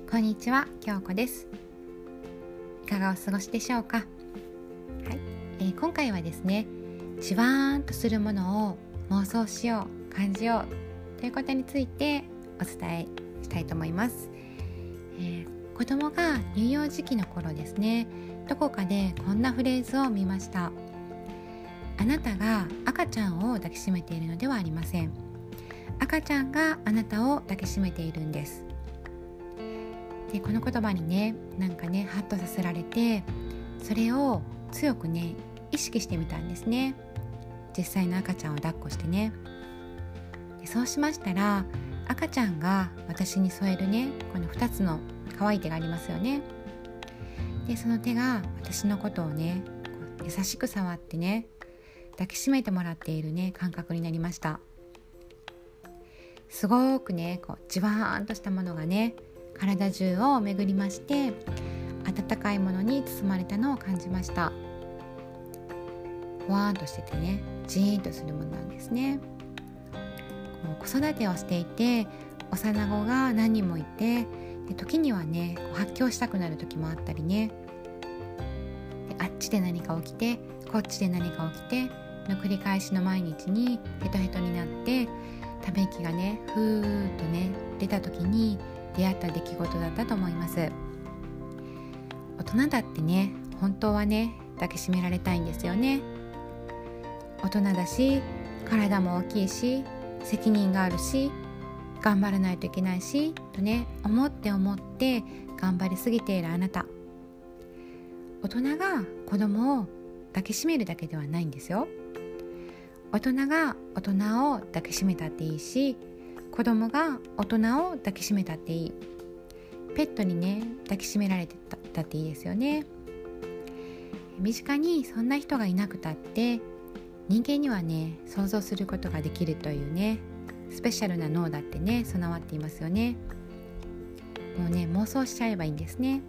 こんにちは、京子です。いかがお過ごしでしょうか。今回はですね、じわーんとするものを妄想しよう、感じようということについてお伝えしたいと思います。子供が乳幼児期の頃ですね、どこかでこんなフレーズを見ました。あなたが赤ちゃんを抱きしめているのではありません。赤ちゃんがあなたを抱きしめているんです。でこの言葉にね、ハッとさせられて、それを強くね意識してみたんですね。実際の赤ちゃんを抱っこしてね。でそうしましたら、赤ちゃんが私に添えるね、この2つの可愛い手がありますよね。でその手が私のことをね、優しく触ってね、抱きしめてもらっているね感覚になりました。すごくね、じわーんとしたものがね、体中を巡りまして、温かいものに包まれたのを感じました。ふわーんとしててね、ジーンとするものなんですね。子育てをしていて、幼子が何人もいて、で時にはね発狂したくなる時もあったりね、であっちで何か起きてこっちで何か起きての繰り返しの毎日にヘトヘトになって、ため息がねふーっとね出た時に出会った出来事だったと思います。大人だってね、本当はね抱きしめられたいんですよね。大人だし、体も大きいし、責任があるし、頑張らないといけないしとね、思って頑張りすぎているあなた。大人が子供を抱きしめるだけではないんですよ。大人が大人を抱きしめたっていいし、子供が大人を抱きしめたっていい。ペットにね抱きしめられてたっていいですよね。身近にそんな人がいなくたって、人間にはね想像することができるというね、スペシャルな脳だってね備わっていますよね。もうね妄想しちゃえばいいんですね。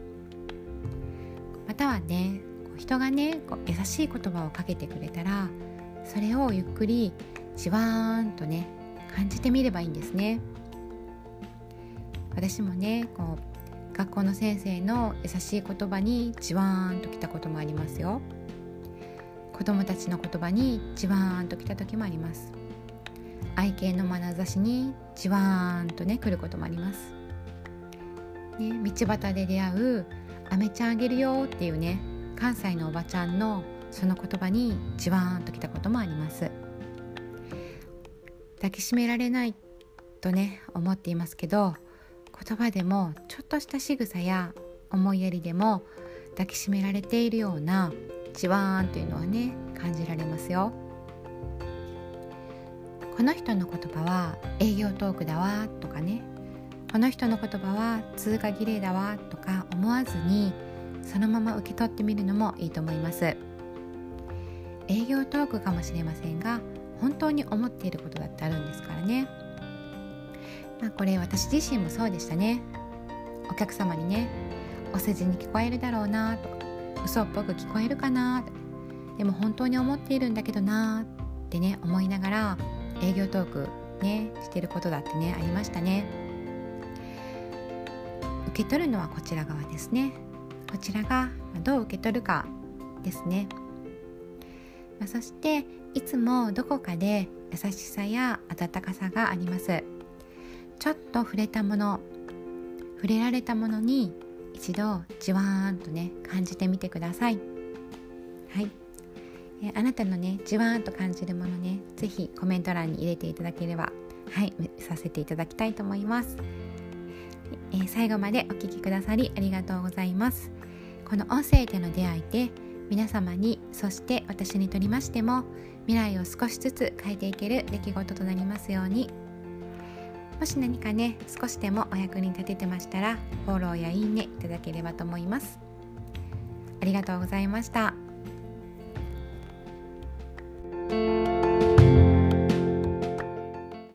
またはね、人がね優しい言葉をかけてくれたら、それをゆっくりじわーんとね感じてみればいいんですね。私もね学校の先生の優しい言葉にじわーんときたこともありますよ。子供たちの言葉にじわーんときた時もあります。愛犬の眼差しにじわーんとね来ることもあります、ね。道端で出会うアメちゃんあげるよっていうね、関西のおばちゃんのその言葉にじわーんときたこともあります。抱きしめられないとね思っていますけど、言葉でもちょっとした仕草や思いやりでも抱きしめられているようなじわーんというのはね感じられますよ。この人の言葉は営業トークだわとかね、この人の言葉は通過儀礼だわとか思わずに、そのまま受け取ってみるのもいいと思います。営業トークかもしれませんが、本当に思っていることだってあるんですからね。これ私自身もそうでしたね。お客様にね、お世辞に聞こえるだろうなとか、嘘っぽく聞こえるかな、でも本当に思っているんだけどなってね思いながら営業トークねしてることだってねありましたね。受け取るのはこちら側ですね。こちらがどう受け取るかですね。そしていつもどこかで優しさや温かさがあります。ちょっと触れたもの、触れられたものに一度じわーんとね感じてみてください。あなたのねじわーんと感じるものね、ぜひコメント欄に入れていただければさせていただきたいと思います。最後までお聞きくださりありがとうございます。この音声での出会いで皆様に、そして私にとりましても未来を少しずつ変えていける出来事となりますように。もし何かね少しでもお役に立ててましたら、フォローやいいねいただければと思います。ありがとうございました。